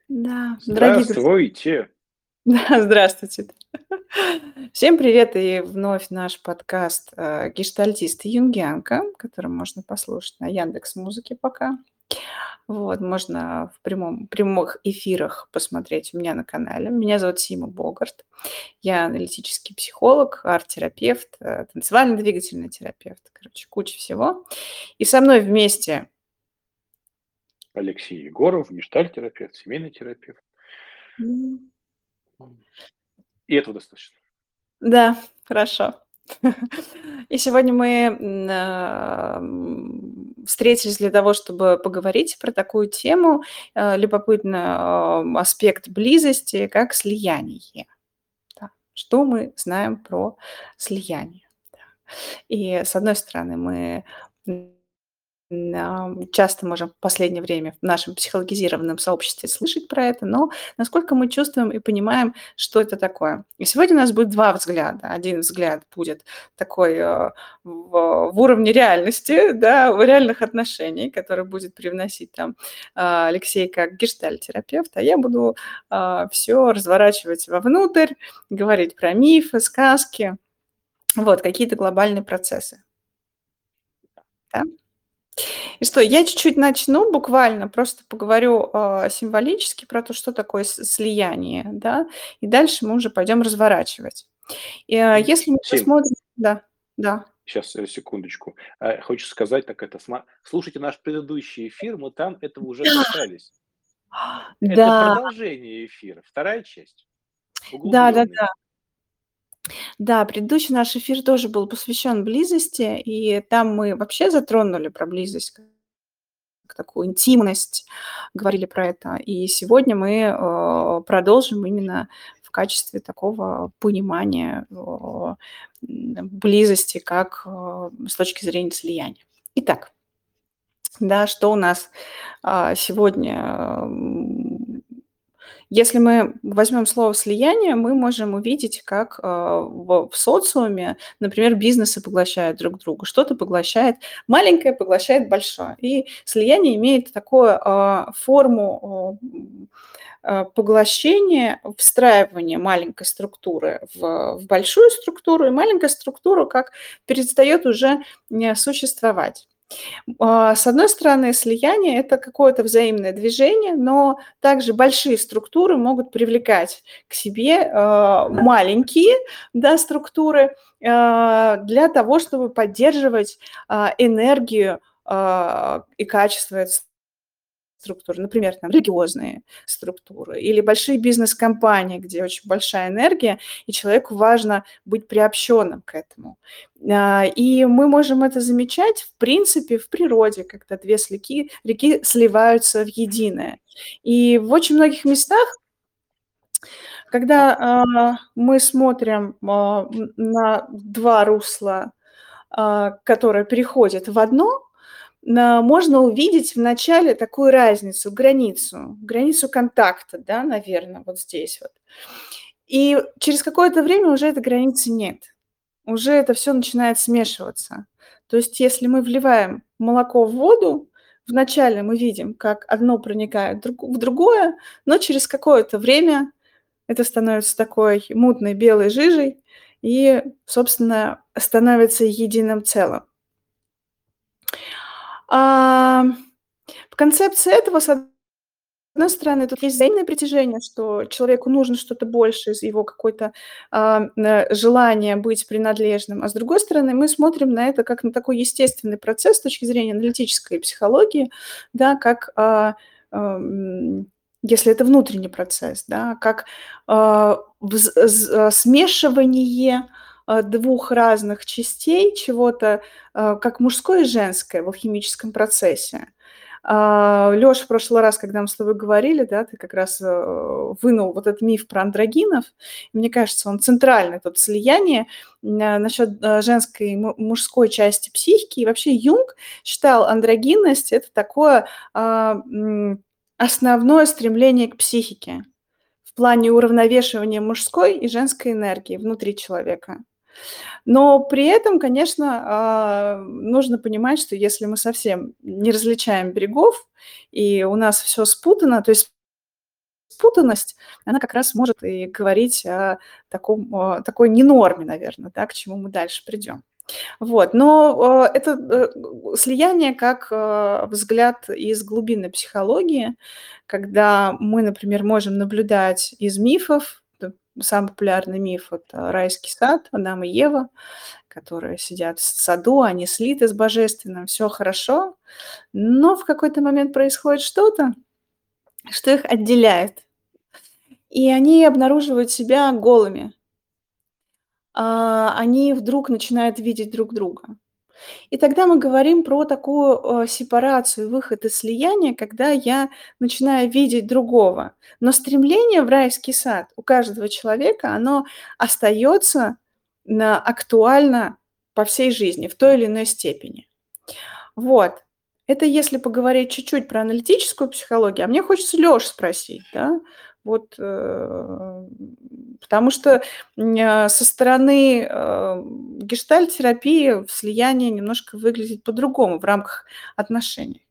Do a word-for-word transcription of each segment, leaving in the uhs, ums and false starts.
Да, дорогие друзья, Здравствуйте! да, здравствуйте. Всем привет и вновь наш подкаст, э, "Гештальтист и юнгианка", который можно послушать на "Яндекс.Музыке" пока. Вот, можно в прямом прямых эфирах посмотреть у меня на канале. Меня зовут Сима Богарт. Я аналитический психолог, арт-терапевт, э, танцевально-двигательный терапевт. Короче, куча всего. И со мной вместе Алексей Егоров, гештальт-терапевт, семейный терапевт. М. М. И этого достаточно. Да, хорошо. И сегодня мы, м, а, м, встретились для того, чтобы поговорить про такую тему, э, любопытный, ам, аспект близости, как слияние. Да. Что мы знаем про слияние? Да. И, с одной стороны, мы, м, нам часто можем в последнее время в нашем психологизированном сообществе слышать про это, но насколько мы чувствуем и понимаем, что это такое? И сегодня у нас будет два взгляда. Один взгляд будет такой, э, в в уровне реальности, да, в реальных отношений, который будет привносить там, а, Алексей как гештальт-терапевт, а я буду, а, всё разворачивать вовнутрь, говорить про мифы, сказки, вот, какие-то глобальные процессы. Да? И что, я чуть-чуть начну, буквально просто поговорю, а, символически про то, что такое с слияние, да, и дальше мы уже пойдем разворачивать. И, а, М, если мы Сим, посмотрим да, да. щас, э, секундочку. А, хочется сказать, так это, сма слушайте наш предыдущий эфир, мы там этого уже Да! касались. Это Да, продолжение эфира, вторая часть, углублённый. да-да-да. Да, предыдущий наш эфир тоже был посвящен близости, и там мы вообще затронули про близость, как такую интимность, говорили про это. И сегодня мы, э, продолжим именно в качестве такого понимания, э, м, близости как, э, с точки зрения слияния. Итак, да, что у нас, а, сегодня, м Если мы возьмем слово "слияние", мы можем увидеть, как, а, в в социуме, например, бизнесы поглощают друг друга. Что-то поглощает маленькое, поглощает большое. И слияние имеет такое, а, форму, а, м, а, поглощения, встраивания маленькой структуры в в большую структуру, и маленькая структура как перестает уже не существовать. А, с одной стороны, слияние- это какое-то взаимное движение, но также большие структуры могут привлекать к себе, а, маленькие, да, структуры, а, для того, чтобы поддерживать, а, энергию, а, и качество эт структур. Например, там религиозные структуры или большие бизнес-компании, где очень большая энергия, и человеку важно быть приобщенным к этому. А, и мы можем это замечать, в принципе, в природе, когда две сляки реки сливаются в единое. И в очень многих местах когда, а, мы смотрим, а, м, на два русла, а, которые переходят в одно, на можно увидеть вначале такую разницу, границу, границу контакта, да, наверно, вот здесь вот. И через какое-то время уже этой границы нет. Уже это всё начинает смешиваться. То есть если мы вливаем молоко в воду, вначале мы видим, как одно проникает друг в другое, но через какое-то время это становится такой мутной белой жижей и, собственно, становится единым целым. Ам, в концепции этого, с одной стороны, тут есть взаимное притяжение, что человеку нужно что-то большее из его какой-то, а, м, желания быть принадлежным, а с другой стороны, мы смотрим на это как на такой естественный процесс с точки зрения аналитической психологии, да, как, а, ам, если это внутренний процесс, да, как, а, вз з смешивание, а, двух разных частей чего-то, а, как мужское и женское в алхимическом процессе. А, Лёша, в прошлый раз, когда мы с тобой говорили, да, ты как раз, э, вынул вот этот миф про андрогинов. Мне кажется, он центральный, тут слияние, м, насчёт, э, женской и му мужской части психики. И вообще Юнг считал андрогинность- это такое, а, м, основное стремление к психике в плане уравновешивания мужской и женской энергии внутри человека. Но при этом, конечно, а, нужно понимать, что если мы совсем не различаем берегов и у нас всё спутано, то есть спутанность, она как раз может и говорить о таком, о такой ненорме, наверно, да, к чему мы дальше придем. Вот, но, э, это, э, слияние как, э, взгляд из глубинной психологии, когда мы, например, можем наблюдать из мифов. Т самый популярный миф- это райский сад, Адам и Ева, которые сидят в с саду, они слиты с Божественным, всё хорошо, но в какой-то момент происходит что-то, что их отделяет. И они обнаруживают себя голыми. А, они вдруг начинают видеть друг друга. И тогда мы говорим про такую, э, сепарацию, выход из слияния, когда я начинаю видеть другого. Но стремление в райский сад у каждого человека, оно остаётся на актуально по всей жизни в той или иной степени. Вот. Это если поговорить чуть-чуть про аналитическую психологию. А мне хочется Лёшу спросить, да, вот, э, потому что, м, а, со стороны, э, гештальт-терапии слияние немножко выглядит по-другому в рамках отношений.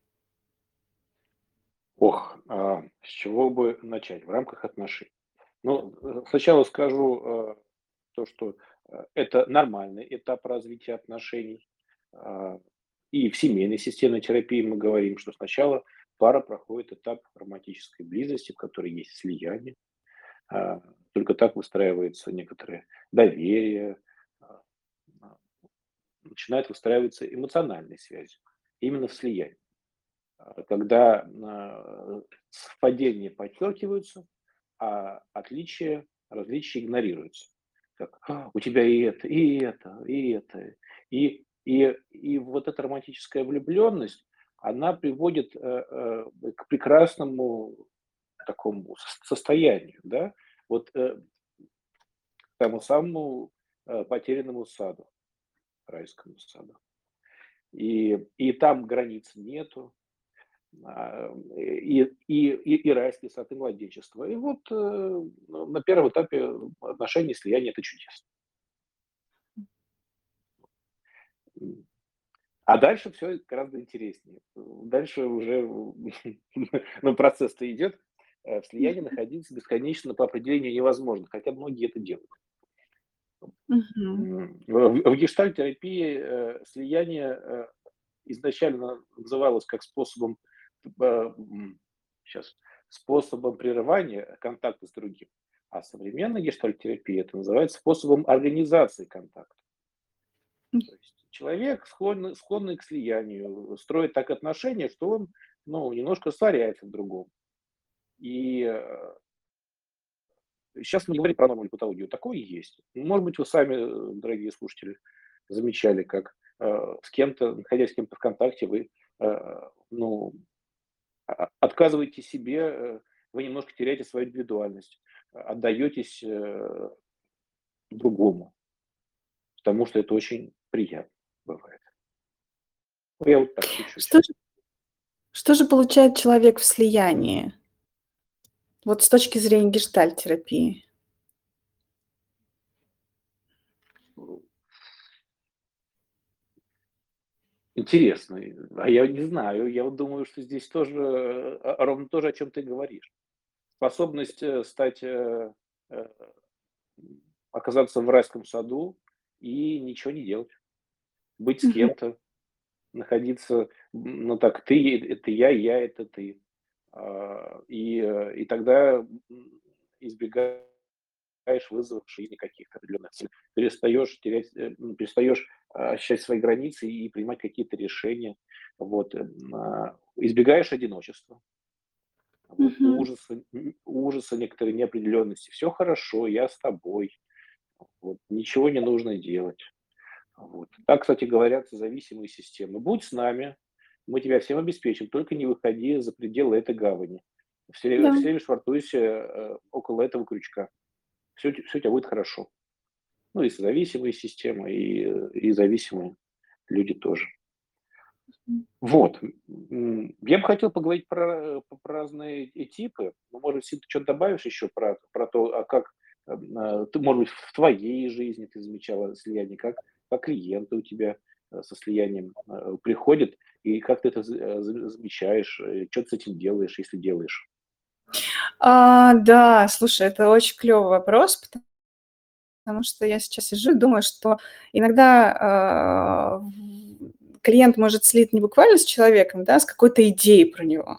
Ох, а с чего бы начать в рамках отношений? Ну, э, сначала скажу, э, то, что, э, это нормальный этап развития отношений. А, и в семейной системной терапии мы говорим, что сначала пара проходит этап романтической близости, в которой есть слияние. А, только так выстраивается некоторое доверие, а, а, начинают выстраиваться эмоциональные связи именно в слиянии. А, когда, а, совпадения подчеркиваются, а отличия, различия игнорируются. Так: "А, у тебя и это, и это, и это". И и и вот эта романтическая влюблённость, она приводит, э, э, к прекрасному такому с состоянию, да. Вот, э, к тому самому, э, потерянному саду, райскому саду. И и там границ нету. А, и и и и райский сад, и младенчество. И вот, э, на первом этапе отношений, слияния- это чудесно. М. А дальше всё гораздо интереснее. Дальше уже, ну, процесс-то идёт. Э, в слиянии находиться бесконечно по определению невозможно, хотя многие это делают. Мгм. М, в в гештальт-терапии, э, слияние, э, изначально называлось как способом, а, м, щас, способом прерывания контакта с другим, а современная гештальт-терапия- это называется способом организации контакта. М. То есть человек, склонный склонный к слиянию, строит так отношения, что он, ну, немножко растворяется в другом. И, э щас мы не говорим про норму или патологию, такое есть. Может быть, вы сами, э, дорогие слушатели, замечали, как, э, с кем-то, находясь с кем-то в контакте, вы, э, ну, а отказываете себе, э, вы немножко теряете свою индивидуальность, отдаётесь, э, другому. Потому что это очень приятно бывает. Ну, я вот так чуть-чуть. Что же что же получает человек в слиянии? Вот с точки зрения гештальт-терапии. Интересно, и, а я не знаю. Я вот думаю, что здесь тоже, э, ровно то же, о чём ты говоришь. Способность, э, стать, э, э, м, оказаться в райском саду и ничего не делать. Быть с Мгм. кем-то, находиться, м, ну, так: ты- это я, я- это ты. А, и, э, и тогда, м, избегаешь вызовов в жизни каких-то определённых, перестаёшь терять, э, м, перестаёшь, а, ощущать свои границы и принимать какие-то решения. Вот, м, а, избегаешь одиночества. Вот, Мгм. ужаса, м, ужаса некоторой неопределённости. Всё хорошо, я с тобой. Вот, ничего не нужно делать. Вот. Так, кстати, говорят зависимые системы: "Будь с нами, мы тебя всем обеспечим, только не выходи за пределы этой гавани. Всё время Да. всё время швартуйся, э, около этого крючка. Всё у всё у тя будет хорошо". Ну, и созависимые системы, и, э, и зависимые люди тоже. Мгм. Вот, м, я бы хотел поговорить про про разные и типы. Ну, может быть, ты чё-то добавишь ещё про про то, а как, эм, а, ты, может быть, в твоей жизни ты замечала слияние, как как клиенты у тебя, э, со слиянием, э, приходят, и как ты это за э, за замечаешь, и чё ты с этим делаешь, если делаешь? А, да, слушай, это очень клёвый вопрос, потому что я сейчас сижу и думаю, что иногда, а, в клиент может слить не буквально с человеком, да, а с какой-то идеей про него.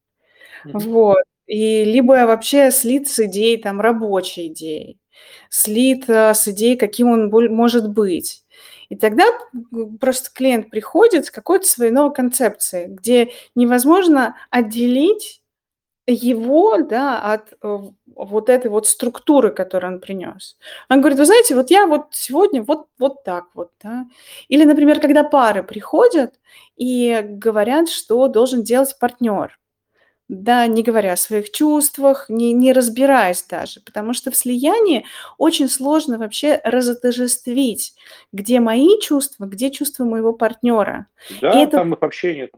Мгм. Вот. И либо вообще слит с идеей, там, рабочей идеей, слит, а, с идеей, каким он боль может быть. И тогда п просто клиент приходит с какой-то своей новой концепцией, где невозможно отделить его, да, от, э, вот этой вот структуры, которую он принёс. Он говорит: "Вы знаете, вот я вот сегодня вот вот так вот", да. Или, например, когда пары приходят и говорят, что должен делать партнёр, да, не говоря о своих чувствах, не не разбираясь даже. Потому что в слиянии очень сложно вообще разотожествить, где мои чувства, где чувства моего партнёра. И Да, это там их вообще нет.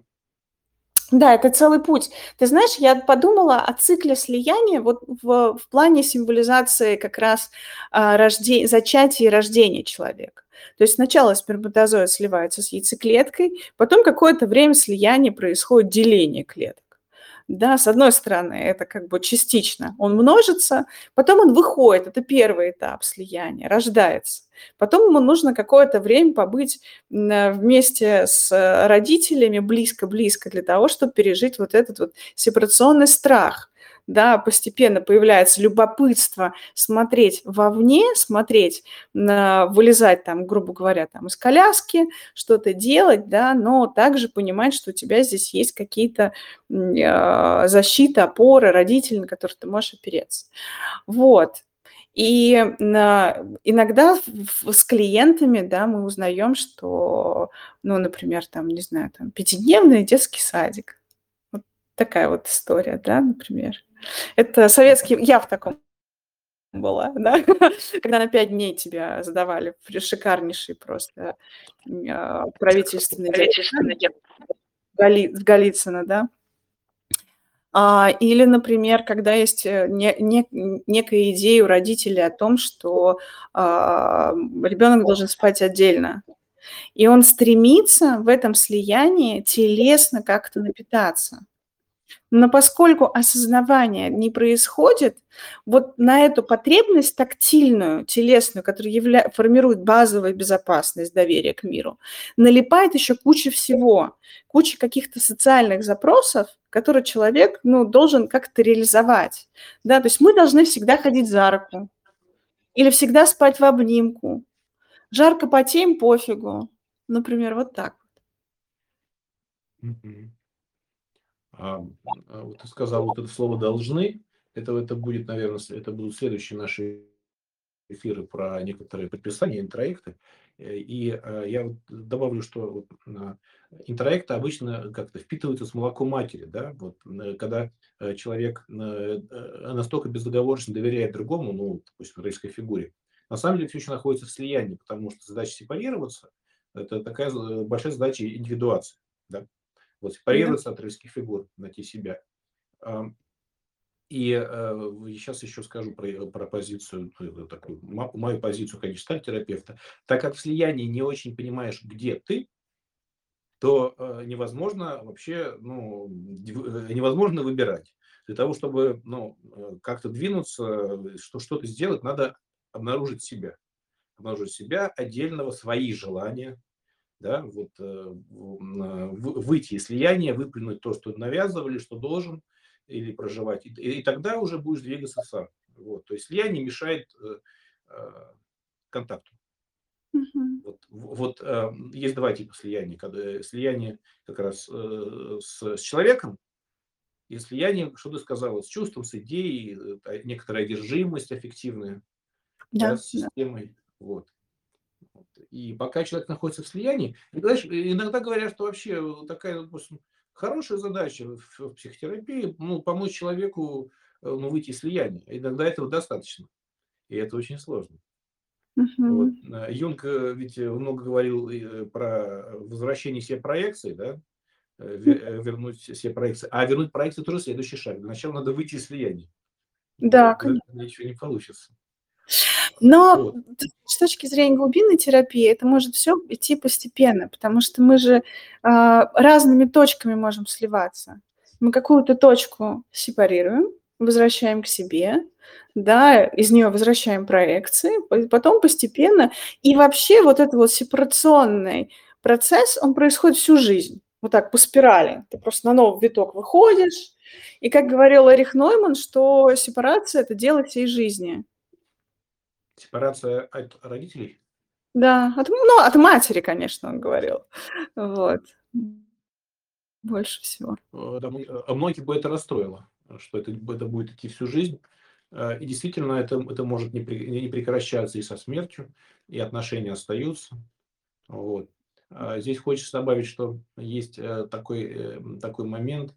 Да, это целый путь. Ты знаешь, я подумала о цикле слияния вот в в плане символизации как раз, а, рожде зачатия и рождения человека. То есть сначала сперматозоид сливается с яйцеклеткой, потом какое-то время слияние происходит, деление клеток. Да, с одной стороны, это как бы частично он множится, потом он выходит, это первый этап слияния, рождается. Потом ему нужно какое-то время побыть, м, вместе с родителями близко-близко для того, чтоб пережить вот этот вот сепарационный страх. Да, постепенно появляется любопытство смотреть вовне, смотреть на вылезать там, грубо говоря, там из коляски, что-то делать, да, но также понимать, что у тебя здесь есть какие-то, м, а, защита, опоры, родители, на которых ты можешь опереться. Вот. И на иногда в в с клиентами, да, мы узнаём, что, ну, например, там, не знаю, там, пятидневный детский садик. Вот такая вот история, да, например. Это советский я в таком была, да, когда на пять дней тебя сдавали в шикарнейший просто, м, а, правительственный детский Правительственный садик в Голи в Голицыно, да. А, или, например, когда есть, э, не не некая идея у родителей о том, что, а, ребёнок должен спать отдельно. И он стремится в этом слиянии телесно как-то напитаться. Но поскольку осознавание не происходит, вот на эту потребность тактильную, телесную, которая явля формирует базовую безопасность, доверие к миру, налипает ещё куча всего, куча каких-то социальных запросов, которые человек, ну, должен как-то реализовать. Да, то есть мы должны всегда ходить за руку или всегда спать в обнимку. Жарко потеем- пофигу. Например, вот так вот. Мгм. Ам, а вот ты сказала вот это слово "должны". Это это будет, наверно, с это будут следующие наши эфиры про некоторые предписания, интроекты. Э, и, а, я вот добавлю, что вот, а, интроекты обычно как-то впитываются с молоком матери, да. Вот, н когда, э, человек, н э, настолько безоговорочно доверяет другому, ну, допустим, родительской фигуре, на самом деле всё еще находится в слиянии, потому что задача сепарироваться- это такая з большая задача индивидуации, да. Вот Да. сепарироваться от родительских фигур, найти себя. Ам, и, э, в щас еще скажу про э, про позицию, э, такую, ма мою позицию как гештальт-терапевта. Так как в слиянии не очень понимаешь, где ты то, э, невозможно вообще, ну, дв э, невозможно выбирать. Для того, чтобы, ну, э, как-то двинуться, э, что что-то сделать, надо обнаружить себя. Обнаружить себя отдельного, свои желания, да, вот, э, в м, вы выйти из слияния, выплюнуть то, что навязывали, что должен или проживать, и и тогда уже будешь двигаться сам. Вот. То есть слияние мешает, э, а, контакту. Мгм. Вот в вот, а, есть два типа слияний. Когда слияние как раз, э, с с человеком и слияние, что ты сказала, с чувством, с идеей, э, та некоторая одержимость аффективная, да, Да, с да. системой. Вот. Вот. И пока человек находится в слиянии и знаешь, иногда говорят, что вообще такая, допустим, хорошая задача в в психотерапии, ну, помочь человеку, э, ну, выйти из слияния. Иногда этого достаточно, и это очень сложно. Вот. Мгм. А, Юнг, э, ведь много говорил и, э, про возвращение се проекций, да, э, ве М. э, вернуть се проекции. А вернуть проекции тоже следующий шаг. Для начала надо выйти из слияния. Без Да, этого коне ничего не получится. Но, Вот. т с точки зрения глубинной терапии это может всё идти постепенно, потому что мы же, а, разными точками можем сливаться. Мы какую-то точку сепарируем, возвращаем к себе, да, из нее возвращаем проекции, по потом постепенно. И вообще вот этот вот сепарационный процесс, он происходит всю жизнь. Вот так по спирали. Ты просто на новый виток выходишь. И как говорил Эрих Нойман, что сепарация- это дело всей жизни. Сепарация от родителей? Да, от, ну, от матери, конечно, он говорил. Вот. Больше всего. Э, да, мы, а многих бы это расстроило, что это это будет идти всю жизнь. Э, и действительно, это это может не пре не прекращаться и со смертью, и отношения остаются. Вот. А здесь хочется добавить, что есть, э, такой, э, такой момент,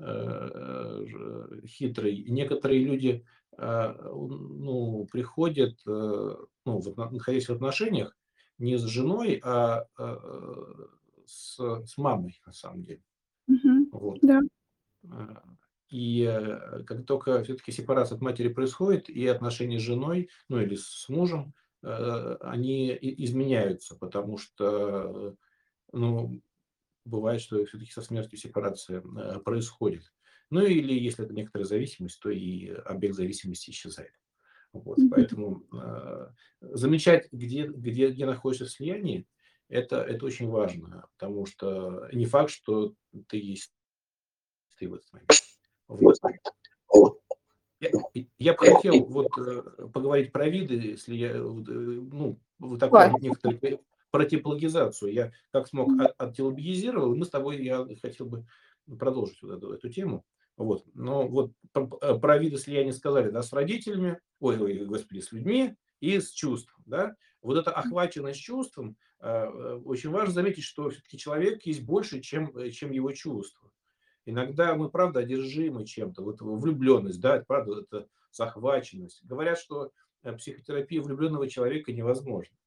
э, ж хитрый. Некоторые люди, э, ну, приходят, э, ну, вот на находясь в отношениях не с женой, а, э, с с мамой, на самом деле. Мгм. Вот. Да. А, и, э, как только все-таки сепарация от матери происходит, и отношения с женой, ну или с мужем, э, они и изменяются, потому что, ну, бывает, что все-таки со смертью сепарация, э, происходит. Ну или если это некоторая зависимость, то и объект зависимости исчезает. Вот. Мгм. Поэтому, э, замечать, где где где находишься в слиянии- это это очень важно, потому что не факт, что ты есть ты в этот момент. Вот. Я я бы хотел вот, э, поговорить про виды, если я вот, э, ну, вот Давай. такую некоторую про типологизацию. Я как смог от оттипологизировал, и мы с тобой, я хотел бы продолжить вот эту эту тему. Вот. Но вот п п про виды слияния сказали, да, с родителями, ой ой, господи, с людьми и с чувством, да. Вот эта охваченность чувством, э, э, очень важно заметить, что все-таки человек есть больше, чем, э, чем его чувства. Иногда мы, правда, одержимы чем-то. Вот влюбленность, да, это правда, это захваченность. Говорят, что, э, психотерапия влюбленного человека невозможна.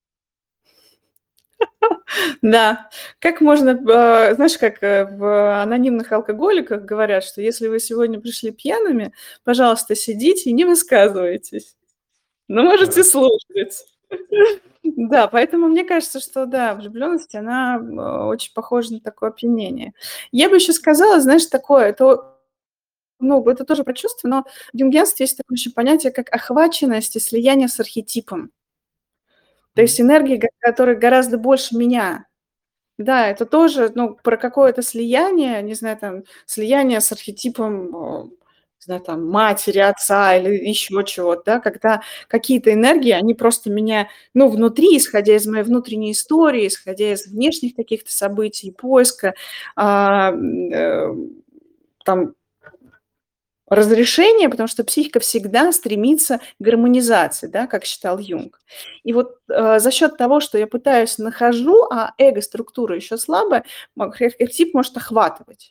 Да. Как можно, э, знаешь, как, э, в "Анонимных алкоголиках" говорят, что если вы сегодня пришли пьяными, пожалуйста, сидите и не высказывайтесь. Но можете Да. слушать. Да, поэтому мне кажется, что да, влюбленность, она, э, очень похожа на такое опьянение. Я бы еще сказала, знаешь, такое, это, ну, это тоже про чувства, но в юнгианстве есть такое еще понятие, как охваченность и слияние с архетипом. То есть Мгм. энергии, ко которой гораздо больше меня. Да, это тоже, ну, про какое-то слияние, не знаю, там, слияние с архетипом, э, не знаю, там, матери, отца или еще чего-то, да, когда какие-то энергии, они просто меня, ну, внутри, исходя из моей внутренней истории, исходя из внешних каких-то событий, поиска, а, м, э, там, разрешения, потому что психика всегда стремится к гармонизации, да, как считал Юнг. И вот, э, за счет того, что я пытаюсь нахожу, а эго-структура еще слабая, м архетип может охватывать.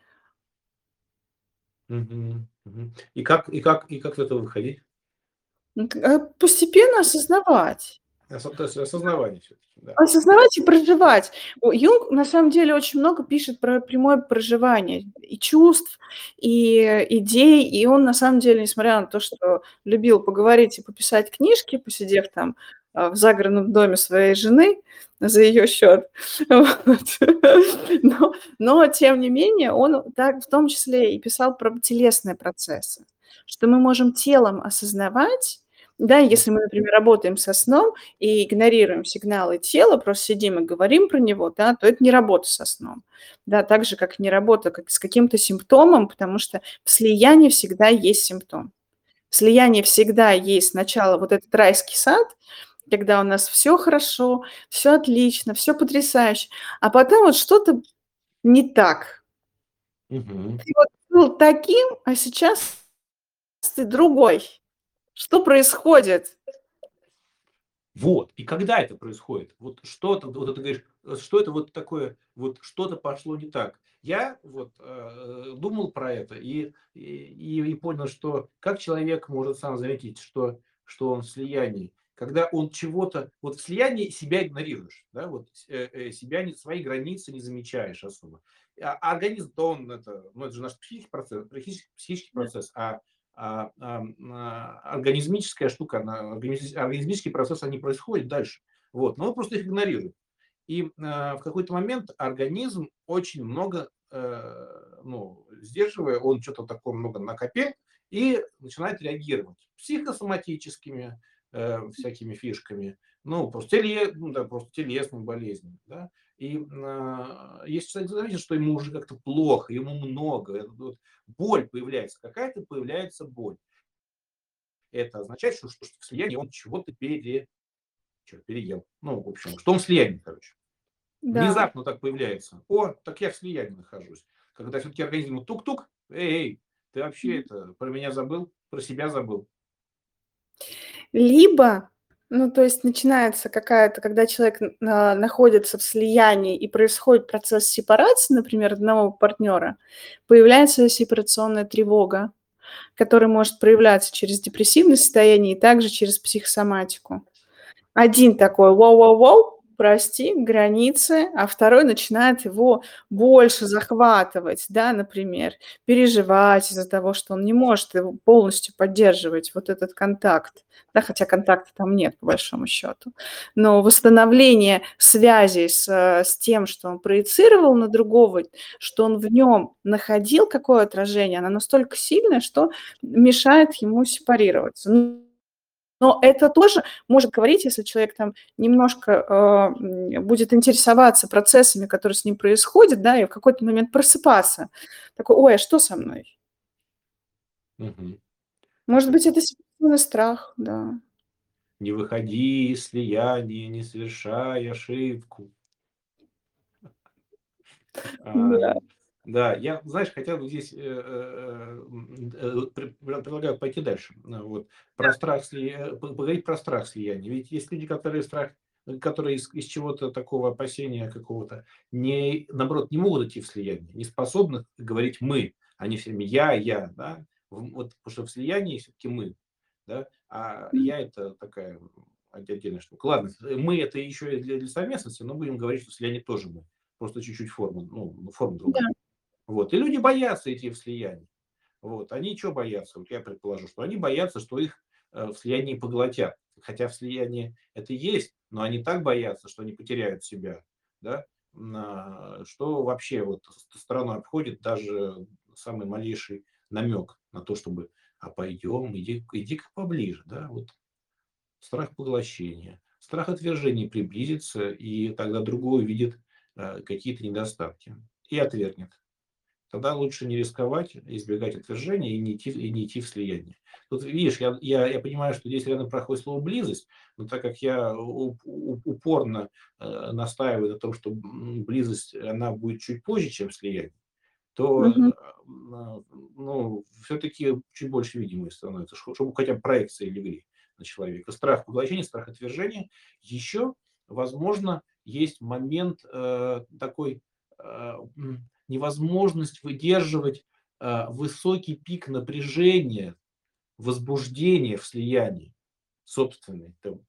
Мгм, мгм. И как и как и как из этого выходить? М, т э, постепенно осознавать. Осо то есть осознавание всё-таки, да. Осознавать и проживать. О, Юнг на самом деле очень много пишет про прямое проживание и чувств, и идей. И он на самом деле, несмотря на то, что любил поговорить и пописать книжки, посидев там, а, в загородном доме своей жены за ее счет, вот, но но тем не менее он так в том числе и писал про телесные процессы, что мы можем телом осознавать, да, М. если мы, например, работаем со сном и игнорируем сигналы тела, просто сидим и говорим про него, да, то это не работа со сном. Да, так же, как не работа как с каким-то симптомом, потому что в слиянии всегда есть симптом. В слиянии всегда есть сначала вот этот райский сад, когда у нас всё хорошо, всё отлично, всё потрясающе, а потом вот что-то не так. Мгм. Ты вот был таким, а сейчас ты другой. Что происходит? Вот. И когда это происходит? Вот что-то, вот ты говоришь, э, что это вот такое, вот что-то пошло не так. Я вот, э, думал про это и и и понял, что как человек может сам заметить, что что он в слиянии, когда он чего-то вот в слиянии себя игнорируешь, да, вот, э, э, себя, не свои границы не замечаешь особо. А организм-то он это, ну, это же наш психический процесс психический психический Да. процесс, а а, ам, а, организмическая штука, она организ организмические процессы, они происходят дальше. Вот, но мы просто их игнорируем. И, а, в какой-то момент организм очень много, э, ну, сдерживая, он чё-то такое много накопил, и начинает реагировать психосоматическими э, всякими фишками, ну, просто, теле, ну, да, просто телесными болезнями. Да? И а, если человек заметит, что ему уже как-то плохо, ему много, это вот боль появляется, какая-то появляется боль. Это означает, что, что, что в слиянии он чего-то пере, чё, переел. Ну, в общем, что он в слиянии, короче. Да. Внезапно так появляется. О, так я в слиянии нахожусь. Когда все-таки организм тук-тук, эй, эй, ты вообще это про меня забыл, про себя забыл. Либо, ну, то есть начинается какая-то, когда человек н- на- находится в слиянии и происходит процесс сепарации, например, одного партнера, появляется сепарационная тревога, которая может проявляться через депрессивное состояние и также через психосоматику. Один такой: "Воу-воу-воу, прости, границы", а второй начинает его больше захватывать, да, например, переживать из-за того, что он не может его полностью поддерживать, вот этот контакт. Да, хотя контакта там нет, по большому счету. Но восстановление связи с, э, с тем, что он проецировал на другого, что он в нем находил какое отражение, оно настолько сильное, что мешает ему сепарироваться. Ну, но это тоже может говорить, если человек там немножко, а, м, будет интересоваться процессами, которые с ним происходят, да, и в какой-то момент просыпаться. Такой: "Ой, а что со мной?" Мгм. Может быть, это ситуативный страх, да. Не выходи из слияния, не совершай ошибку. А, Да. да, я, знаешь, хотел бы здесь, э, э, м, э, пре пре предлагаю пойти дальше. А, вот. Про страх сли э, п поговорить про страх слияния. Ведь есть люди, которые страх э, которые из из чего-то такого опасения какого-то не наоборот, не могут идти в слияние, не способны говорить "мы". Они все время "я, я", да. В вот потому что в слиянии все-таки мы, да, а М, "я" — это такая, м, отде отдельная штука. Ладно, э, мы — это еще и для для совместности, но будем говорить, что слияние тоже мы. Просто чуть-чуть форма, ну, форма да. другая. Вот. И люди боятся идти в слияние. Вот. Они чё боятся? Вот я предположу, что они боятся, что их э, в слиянии поглотят. Хотя в слиянии это есть, но они так боятся, что они потеряют себя, да, на- что вообще вот с- стороной обходит даже самый малейший намек на то, чтобы а пойдем, иди, иди-ка поближе, да, вот страх поглощения, страх отвержения приблизится, и тогда другой увидит э, какие-то недостатки и отвергнет. Тогда лучше не рисковать, избегать отвержения и не идти, и не идти в слияние. Тут видишь, я, я, я понимаю, что здесь рядом проходит слово близость, но так как я у- у- упорно э, настаиваю на том, что м, близость она будет чуть позже, чем слияние, то Мгм. э, а, ну, все-таки чуть больше видимой становится, ш- чтобы хотя бы проекции легли на человека. Страх поглощения, страх отвержения. Еще, возможно, есть момент э, такой э, м, невозможность выдерживать э, высокий пик напряжения, возбуждения в слиянии собственной. Там.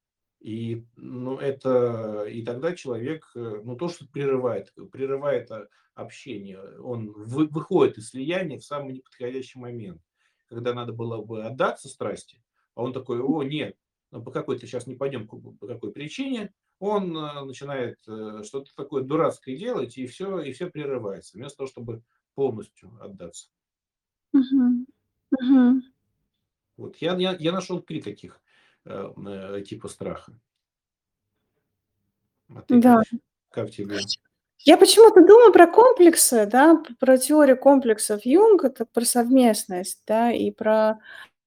И, ну, это, и тогда человек, э, ну, то, что прерывает, прерывает а, общение, он вы- выходит из слияния в самый неподходящий момент, когда надо было бы отдаться страсти, а он такой: о, нет, ну, по какой-то сейчас не пойдем, по по какой причине, он э, начинает э, что-то такое дурацкое делать, и все, и все прерывается, вместо того, чтобы полностью отдаться. Мгм. Мгм. Вот я, я, я нашел три таких э, э, типа страха. А ты как, Да. как тебе? Я почему-то думаю про комплексы, да, п про теорию комплексов Юнга, это про совместность, да, и про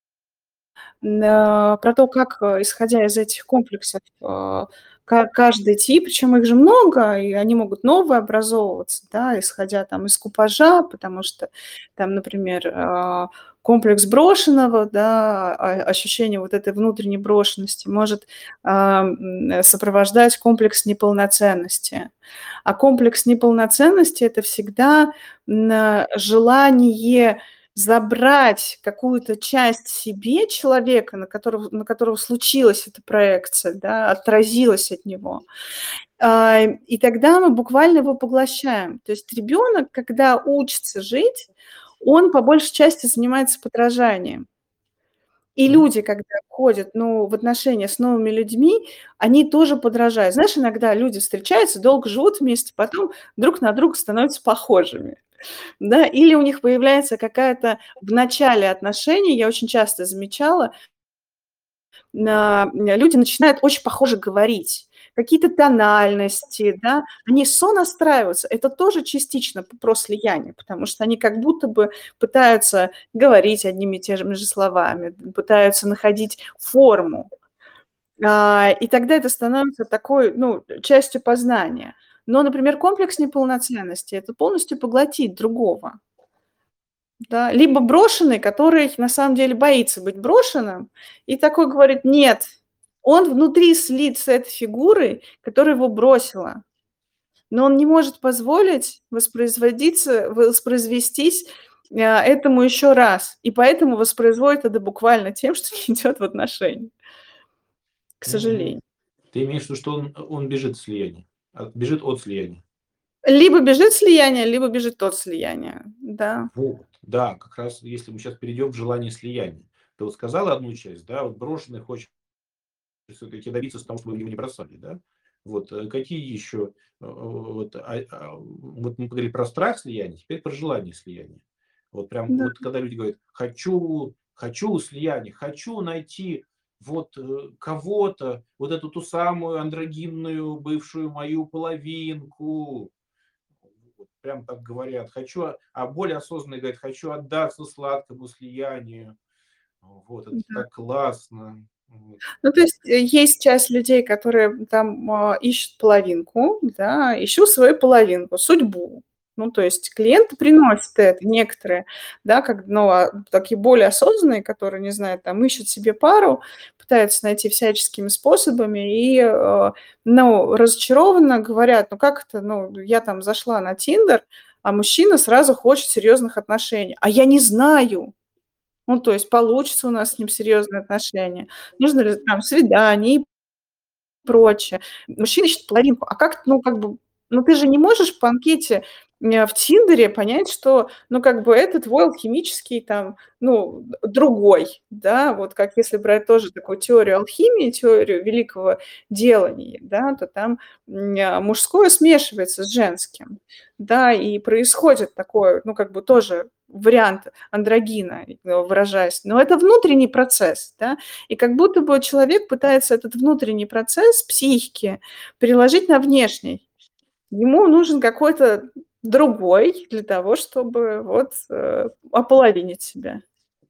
На про то, как, э, исходя из этих комплексов, э, ка каждый тип, причем их же много, и они могут новые образовываться, да, исходя там из купажа, потому что там, например, а, комплекс брошенного, да, а, ощущение вот этой внутренней брошенности может, а, м, сопровождать комплекс неполноценности. А комплекс неполноценности — это всегда, м, желание забрать какую-то часть себе человека, на которого на которого случилась эта проекция, да, отразилась от него. А, и тогда мы буквально его поглощаем. То есть ребенок, когда учится жить, он по большей части занимается подражанием. И Мгм. люди, когда входят, ну, в отношения с новыми людьми, они тоже подражают. Знаешь, иногда люди встречаются, долго живут вместе, потом друг на друга становятся похожими. Да, или у них появляется какая-то в начале отношений, я очень часто замечала, на люди начинают очень похоже говорить, какие-то тональности, да, они сонастраиваются. Это тоже частично п про слияние, потому что они как будто бы пытаются говорить одними и теми же словами, пытаются находить форму. А, и тогда это становится такой, ну, частью познания. Но, например, комплекс неполноценности- это полностью поглотить другого. Да, либо брошенный, который на самом деле боится быть брошенным и такой говорит: "Нет". Он внутри слит с этой фигурой, которая его бросила, но он не может позволить воспроизводиться воспроизвестись, а, этому еще раз, и поэтому воспроизводит это буквально тем, что не идет в отношения. К Мгм. сожалению. Ты имеешь в виду, что он он бежит от слияния, от бежит от слияния? Либо бежит слияние, либо бежит от слияния. Да. Вот, да, как раз если мы сейчас перейдем в желание слияния. Ты вот сказала одну часть, да, вот брошенный хочет всё-таки добиться того, чтобы его не бросали, да. Вот, э, какие еще, э, вот, а, а, вот мы поговорили про страх слияния, теперь про желание слияния. Вот прям, Да. вот когда люди говорят: "Хочу хочу слияния, хочу найти вот, э, кого-то, вот эту ту самую андрогинную бывшую мою половинку". Вот прям так говорят. Хочу, а а более осознанные говорят: "Хочу отдаться сладкому слиянию". Вот это Да. так классно. Вот. Ну, то есть, э, есть часть людей, которые там, а, ищут половинку, да, ищу свою половинку, судьбу. Ну, то есть клиенты приносят это, некоторые, да, как, ну, а, такие более осознанные, которые, не знаю, там, ищут себе пару, пытаются найти всяческими способами и, э, ну, разочарованно говорят: "Ну, как это, ну, я там зашла на "Тиндер", а мужчина сразу хочет серьезных отношений, а я не знаю". Ну, то есть получится у нас с ним серьезные отношения, нужно ли там свидание и прочее. Мужчина ищет половинку. А как, ну, как бы, ну, ты же не можешь по анкете, м, в "Тиндере" понять, что, ну, как бы это твой алхимический там, ну, д другой, да. Вот как если брать тоже такую теорию алхимии, теорию великого делания, да, то там, м, а, мужское смешивается с женским, да, и происходит такой, ну, как бы тоже вариант андрогина, э, выражаясь. Но это внутренний процесс, да. И как будто бы человек пытается этот внутренний процесс психики переложить на внешний. Ему нужен какой-то другой для того, чтобы вот, э, ополовинить себя.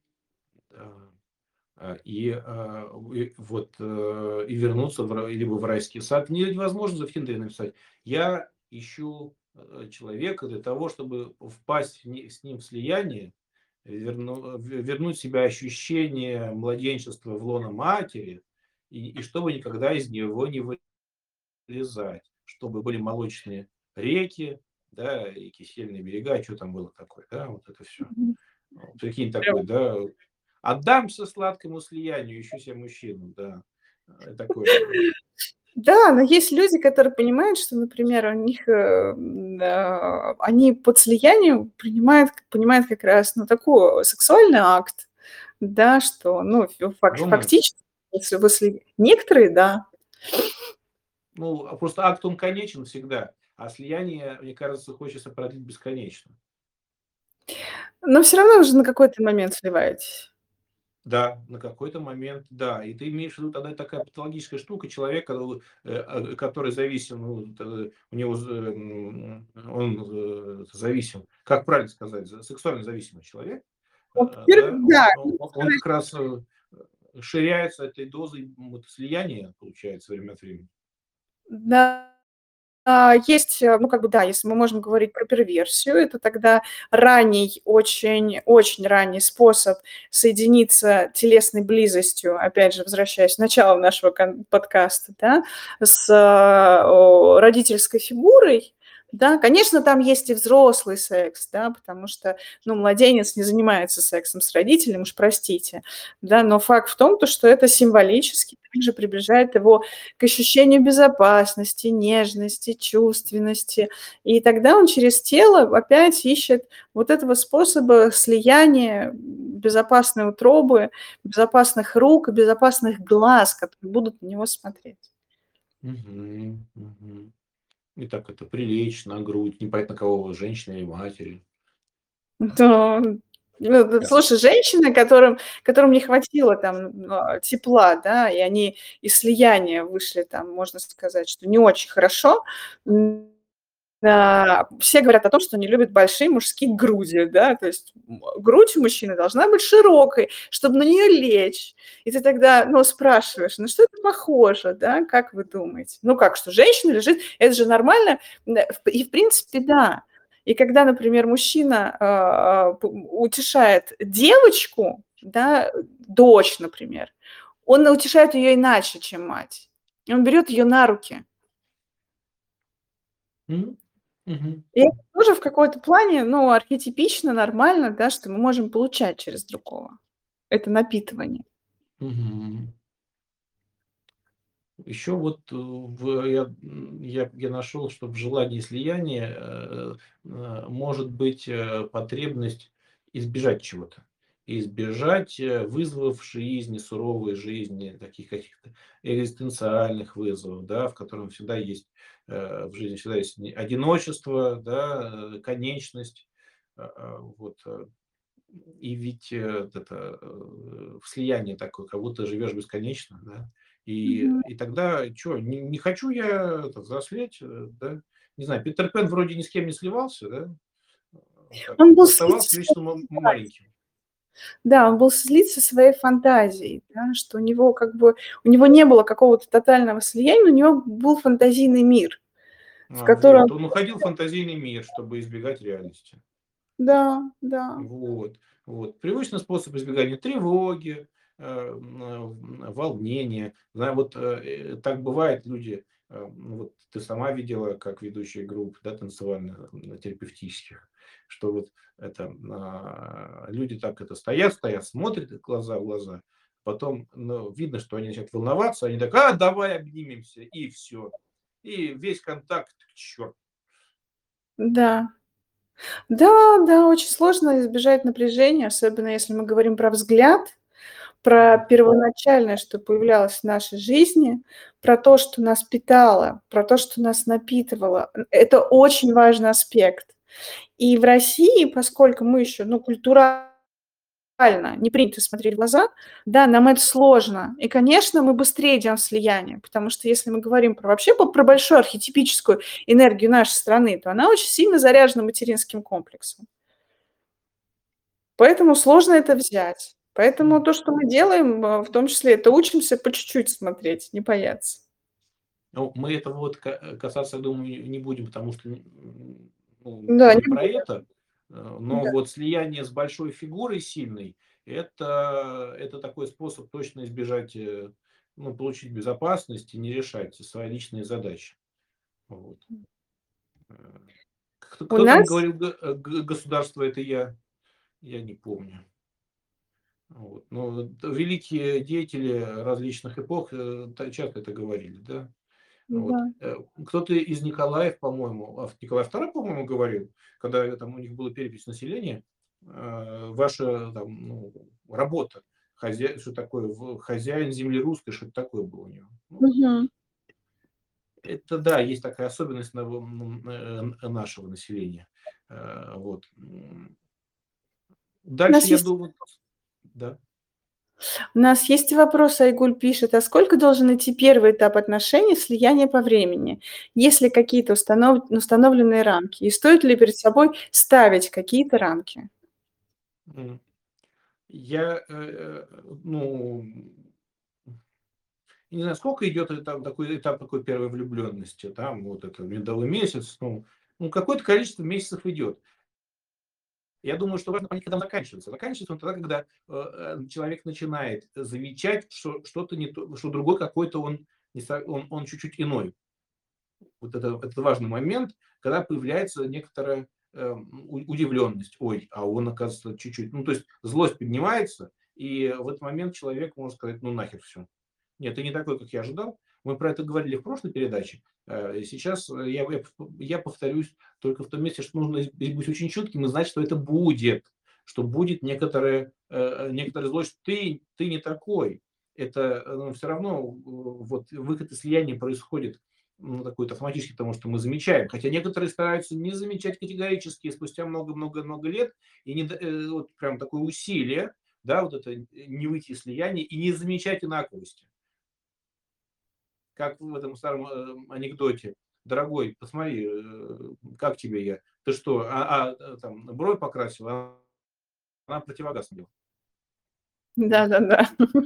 Да. А, и, а, и вот, э, и вернуться в ра либо в райский сад. Не невозможно в "Тиндере" написать: "Я ищу, э, человека для того, чтобы впасть в ни с ним в слияние, верну ве вернуть себе ощущение младенчества в лоно матери, и и чтобы никогда из него не вылезать, чтобы были молочные реки, да, и кисельные берега". Чё там было такое, да, вот это всё. Мгм. Вот прикинь, Прям такой, да: "Отдамся сладкому слиянию, ищу се мужчину", да. Э, такое. Да, но есть люди, которые понимают, что, например, у них, э, м, а, они под слиянием принимают понимают как раз, ну, такой сексуальный акт, да, что, ну, ф фак Думаешь? фактически, если вы сли некоторые, да. Ну, а просто акт, он конечен всегда, а слияние, мне кажется, хочется продлить бесконечно. Но всё равно вы же на какой-то момент сливаетесь. Да, на какой-то момент, да. И ты имеешь в виду тогда такая патологическая штука человека, у э, а, который зависим, ну, вот, э, у него з м, он, э, зависим, как правильно сказать, з сексуально зависимый человек, Вот э, теперь да, да, он он он как раз, э, ширяется этой дозой, м, вот слияния, получается, время от времени. Да, а, есть, э, ну, как бы, да, если мы можем говорить про перверсию, это тогда ранний, очень очень ранний способ соединиться телесной близостью, опять же, возвращаясь к началу нашего кон подкаста, да, с, о, родительской фигурой. Да, конечно, там есть и взрослый секс, да, потому что, ну, младенец не занимается сексом с родителем, уж простите, да. Но факт в том, то что это символически также приближает его к ощущению безопасности, нежности, чувственности. И тогда он через тело опять ищет вот этого способа слияния, м, безопасной утробы, безопасных рук и безопасных глаз, которые будут на него смотреть. Мгм, мгм. И так это прилечь на грудь, непонятно кого, женщины или матери. Да. Ну, д Да. слушай, женщины, которым которым не хватило там, а, тепла, да, и они из слияния вышли там, можно сказать, что не очень хорошо. М, да, все говорят о том, что не любят большие мужские груди, да, то есть, м, грудь у мужчины должна быть широкой, чтобы на нее лечь. И ты тогда, ну, спрашиваешь: "На что это похоже, да, как вы думаете?" Ну как, что женщина лежит, это же нормально. Н в и в принципе, да. И когда, например, мужчина, а, а, п утешает девочку, да, дочь, например, он утешает ее иначе, чем мать. Он берет ее на руки. М, мгм. И это тоже в какой-то плане, ну, архетипично, нормально, да, что мы можем получать через другого. Это напитывание. Мгм. Еще вот э, в я м, я я нашел, что в желании слияния, э, э, может быть, э, потребность избежать чего-то. Избежать, э, вызовов в жизни, суровой жизни, таких каких-то экзистенциальных вызовов, да, в котором всегда есть, э, в жизни всегда есть не одиночество, да, э, конечность. А, а, вот, э, и ведь, э, вот это, э, слияние такое, как будто живешь бесконечно, да. И Мгм. и тогда чё, не не хочу я это взрослеть, э, да. Не знаю, Питер Пэн вроде ни с кем не сливался, да, э, так, Он был слит со оставался своей вечно ма фантазией. маленьким. Да, он был слит со своей фантазией, да, что у него как бы у него не было какого-то тотального слияния, у него был фантазийный мир, в А, котором вот. Он уходил в фантазийный мир, чтобы избегать реальности. Да, да. Вот, вот. Привычный способ избегания тревоги, э, м, м, волнения. Да, вот, э, так бывает, люди, э, ну вот ты сама видела, как ведущие групп, да, танцевально-терапевтических, что вот это, а, люди так это стоят стоят, смотрят глаза в глаза, потом, ну, видно, что они начинают волноваться, они так: "А, давай обнимемся!" И всё. И весь контакт к черту. Да. Да, да, очень сложно избежать напряжения, особенно если мы говорим про взгляд, про Мгм. первоначальное, что появлялось в нашей жизни, про то, что нас питало, про то, что нас напитывало. Н это очень важный аспект. И в России, поскольку мы еще, ну, культурально не принято смотреть в глаза, да, нам это сложно. И, конечно, мы быстрее идем в слияние, потому что если мы говорим про вообще по про большую архетипическую энергию нашей страны, то она очень сильно заряжена материнским комплексом. Поэтому сложно это взять. Поэтому М. то, что мы делаем, а, в том числе, это учимся по чуть-чуть смотреть, не бояться. Ну, мы этого вот ка касаться, я думаю, не будем, потому что, н ну, Да, не не про будем. это. Э, но Да. вот слияние с большой фигурой сильной- это это такой способ точно избежать, э, ну, получить безопасность и не решать свои личные задачи. Вот. Э, кто У кто там нас говорил: "Г э, г государство- это я"? Я не помню. Вот. Но вот великие деятели различных эпох, э, та часто это говорили, да. Вот. Да. Э, кто-то из Николаев, по-моему, а, Николай второй, по-моему, говорил, когда, э, там у них была перепись населения, э, ваша там, ну, работа, хозя что такое, в хозяин земли русской, что-то такое было у него. Ну Мгм. это да, есть такая особенность наво м, э, нашего населения. Э, вот. М. У Дальше, нас я есть думаю Да. У нас есть вопрос, Айгуль пишет: "А сколько должен идти первый этап отношений, слияния по времени? Есть ли какие-то установ установленные рамки? И стоит ли перед собой ставить какие-то рамки?" М. Я, э, э, ну, не знаю, сколько идет этап такой этап такой первой влюбленности. Там вот это медовый месяц, ну ну, какое-то количество месяцев идет. Я думаю, что важно понять, когда он заканчивается. Заканчивается он тогда, когда, э, э, человек начинает замечать, что что-то не то, что другой какой-то он не со он он чуть-чуть иной. Вот это это важный момент, когда появляется некоторая, э, у удивленность: "Ой, а он, оказывается, чуть-чуть". Ну, то есть злость поднимается, и в этот момент человек может сказать: "Ну, нахер всё. Нет, ты не такой, как я ожидал". Мы про это говорили в прошлой передаче. Э, сейчас я я я повторюсь только в том месте, что нужно здесь быть очень чутким и знать, что это будет, что будет некоторая, э, некоторая злость. Ты ты не такой. Это, э, всё равно, в вот выход из слияния происходит, ну, такой автоматически, потому что мы замечаем. Хотя некоторые стараются не замечать категорически, и спустя много-много-много лет, и не, д- э, вот прям такое усилие, да, вот это э, не выйти из слияния и не замечать инаковости. Как в этом старом э, анекдоте. Дорогой, посмотри, э, как тебе я? Ты что, а, а, э, там, бровь покрасила, а она противогаз надела. Да-да-да.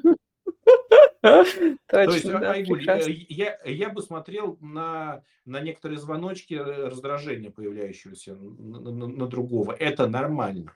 То есть, Точно, а- да, Айгуль, э, прекрасно. я, я бы смотрел на, на некоторые звоночки э, раздражения, появляющегося на, на- на другого. Это нормально.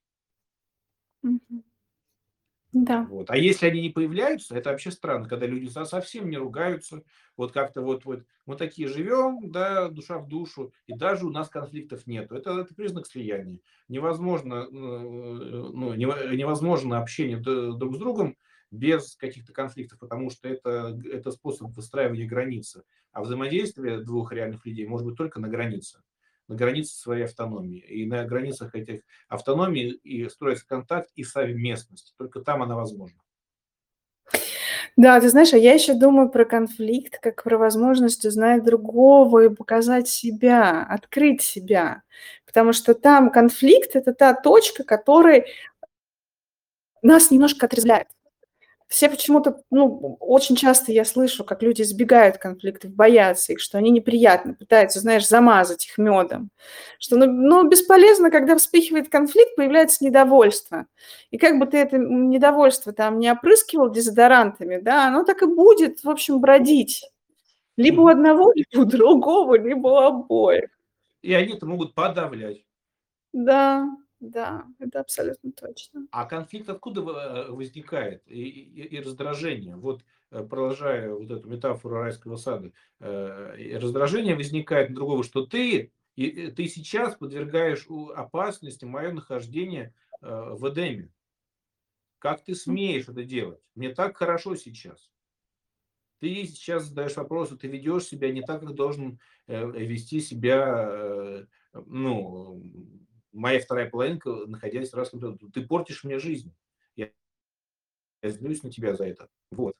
Мгм. Да. Вот. А если они не появляются, это вообще странно, когда люди со- совсем не ругаются, вот как-то вот, вот мы такие живем, да, душа в душу, и даже у нас конфликтов нету. Это, это признак слияния. Невозможно, э, ну, нево- невозможно общение д- друг с другом без каких-то конфликтов, потому что это, это способ выстраивания границы. А взаимодействие двух реальных людей может быть только на границе, на границе своей автономии. И на границах этих автономии и строится контакт и совместность. Только там она возможна. Да, ты знаешь, а я еще думаю про конфликт, как про возможность узнать другого и показать себя, открыть себя. Потому что там конфликт- это та точка, которая нас немножко отрезвляет. Все почему-то, ну, очень часто я слышу, как люди избегают конфликтов, боятся их, что они неприятны, пытаются, знаешь, замазать их медом. Что, ну, ну, бесполезно, когда вспыхивает конфликт, появляется недовольство. И как бы ты это м, недовольство там не опрыскивал дезодорантами, да, оно так и будет, в общем, бродить. Либо у Мгм. одного, либо у другого, либо у обоих. И они это могут подавлять. Да, да, это абсолютно точно. А конфликт откуда в- э, возникает? И, и- и раздражение. Вот э, продолжая вот эту метафору райского сада, э, и раздражение возникает на другого, что ты, и, и ты сейчас подвергаешь у- опасности мое нахождение э, в Эдеме. Как ты смеешь это делать? Мне так хорошо сейчас. Ты сейчас задаешь вопросы, ты ведешь себя не так, как должен э, вести себя, э, ну, моя вторая половинка, находясь в райском саду. Ты портишь мне жизнь. Я, я злюсь на тебя за это. Вот.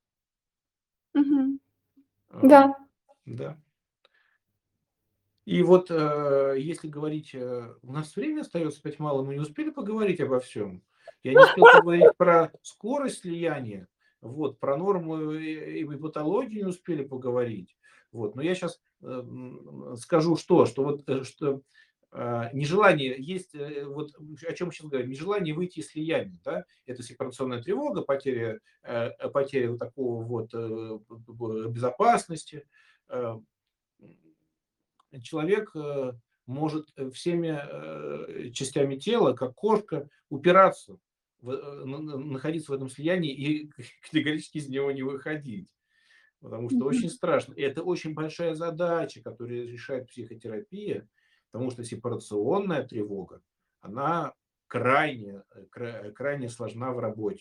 Мгм. Э, Да. да. И вот э, если говорить, э, у нас времени остается опять мало, мы не успели поговорить обо всем. Я не успел поговорить про скорость слияния, вот, про норму и, и патологию не успели поговорить. Вот, но я сейчас скажу что, что вот э, что э, нежелание есть, э, вот о чем сейчас говорим, нежелание выйти из слияния, да, это сепарационная тревога, потеря, э, потеря вот такого вот э, безопасности, э, человек э, может э, всеми э, частями тела, как кошка, упираться, в, э, на- на- находиться в этом слиянии и категорически из него не выходить. Потому что очень Мгм. страшно. И это очень большая задача, которую решает психотерапия, потому что сепарационная тревога, она крайне, э, кра- крайне сложна в работе.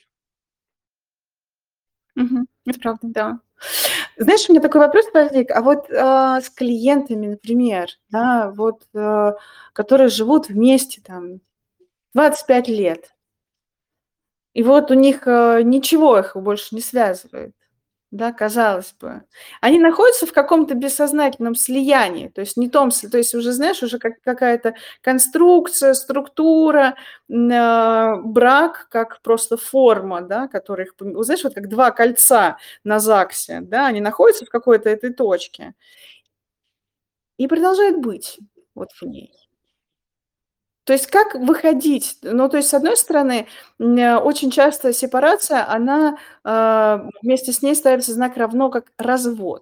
Мгм. Это правда, да. Знаешь, у меня такой вопрос возник. А вот, а, с клиентами, например, да, вот, э, которые живут вместе там двадцать пять лет, и вот у них, э, ничего их больше не связывает, да, казалось бы. Они находятся в каком-то бессознательном слиянии, то есть не том сли то есть уже, знаешь, уже как какая-то конструкция, структура, м, а, брак как просто форма, да, которая их пом вот знаешь, вот как два кольца на ЗАГСе, да, они находятся в какой-то этой точке. И продолжает быть вот в ней. То есть как выходить? Ну, то есть, с одной стороны, м, э, очень часто сепарация, она, а, вместе с ней ставится знак равно как развод.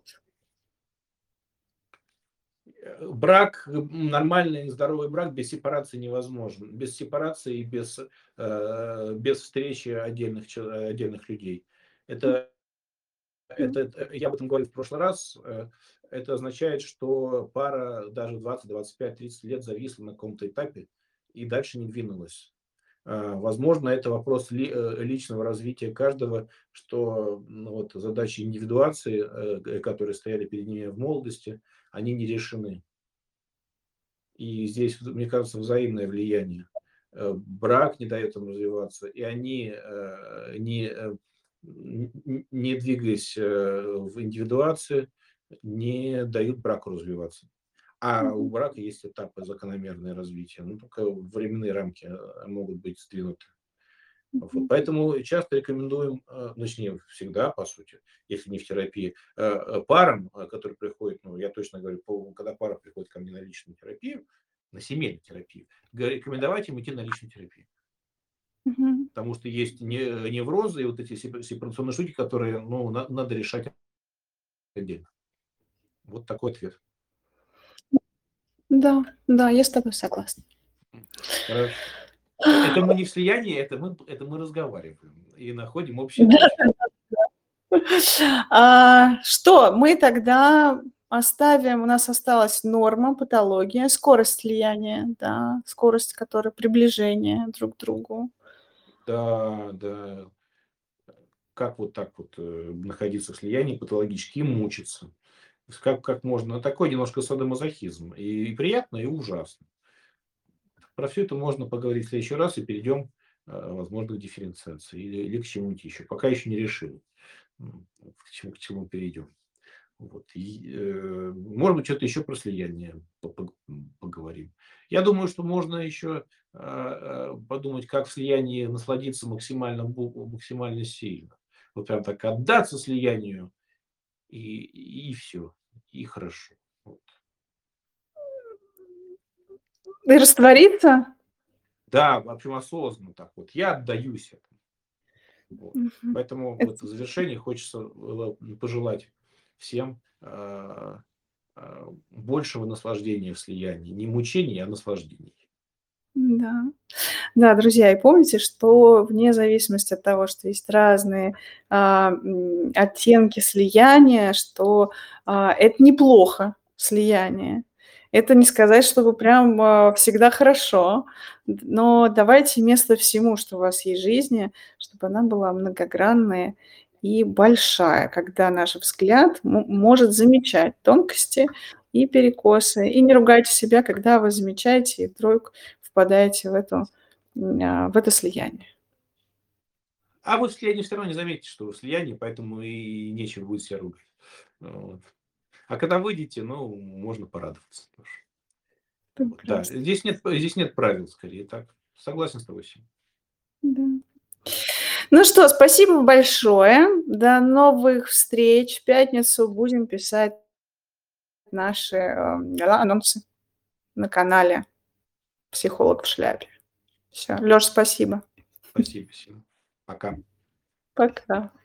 Э, Брак, м, нормальный здоровый брак без сепарации невозможен. Без сепарации и без, э, без встречи отдельных, чел- отдельных людей. Это, Мгм. это, это- я об этом говорил в прошлый раз. э, Это означает, что пара даже двадцать, двадцать пять, тридцать лет зависла на каком-то этапе и дальше не двинулась. Э, Возможно, это вопрос ли- э, личного развития каждого, что ну, вот, задачи индивидуации, э, г- которые стояли перед ними в молодости, они не решены. И здесь, мне кажется, взаимное влияние. Э, Брак не дает им развиваться, и они, э, не, э, н- н- не двигаясь э, в индивидуации, не дают браку развиваться. А у брака есть этапы закономерное развития, но только временные рамки э, могут быть сдвинуты. Вот. Мгм. Поэтому часто рекомендуем, э, точнее, всегда, по сути, если не в терапии, э, э, парам, э, которые приходят, ну, я точно говорю, по- когда пара приходит ко мне на личную терапию, на семейную терапию, говорю, рекомендовать им идти на личную терапию. Мгм. Потому что есть не- неврозы и вот эти сепа- сепарационные штуки, которые, ну, на- надо решать отдельно. Вот такой ответ. Да, да, я с тобой согласна. Хорошо. Э, Это мы не в слиянии, это мы, это мы разговариваем и находим общие Да. точки. А, что, мы тогда оставим, у нас осталась норма, патология, скорость слияния, да, скорость, которая приближение друг к другу. Да, да. Как вот так вот э, находиться в слиянии патологически и мучиться? То есть Как, как можно? Ну, такой немножко садомазохизм. И, и приятно, и ужасно. Про все это можно поговорить в следующий раз и перейдем, э, возможно, к дифференциации или, или к чему-нибудь еще. Пока еще не решил, м, к чему, к чему перейдем. Вот. И, э, может быть, что-то еще про слияние по- по- поговорим. Я думаю, что можно еще э, э, подумать, как в слиянии насладиться максимально, бу- максимально сильно. Вот прям так отдаться слиянию, и, и все, и хорошо. Вот. И раствориться? Да, в общем, осознанно так вот. Я отдаюсь этому. Вот. Мгм. Поэтому вот в Это завершении хочется э, пожелать всем э, э, большего наслаждения в слиянии. Не мучений, а наслаждений. да. Да, друзья, и помните, что вне зависимости от того, что есть разные, а, м, оттенки слияния, что, а, это неплохо, слияние. Это не сказать, чтобы прям, а, всегда хорошо, д но давайте место всему, что у вас есть в жизни, чтобы она была многогранная и большая, когда наш взгляд мо может замечать тонкости и перекосы. И не ругайте себя, когда вы замечаете и вдруг впадаете в эту м, а, в это слияние. А вы в слиянии все равно не заметите, что вы в слиянии, поэтому и нечего будет себя ругать. Вот. А когда выйдете, ну, можно порадоваться тоже. Вот, да, Прекрасно, здесь нет, здесь нет правил, скорее так. Согласен с тобой, Сим. да. Ну что, спасибо большое. До новых встреч. В пятницу будем писать наши, эм, да, анонсы на канале "Психолог в шляпе". Все, Лёш, спасибо. Спасибо, Сим. Пока. Пока.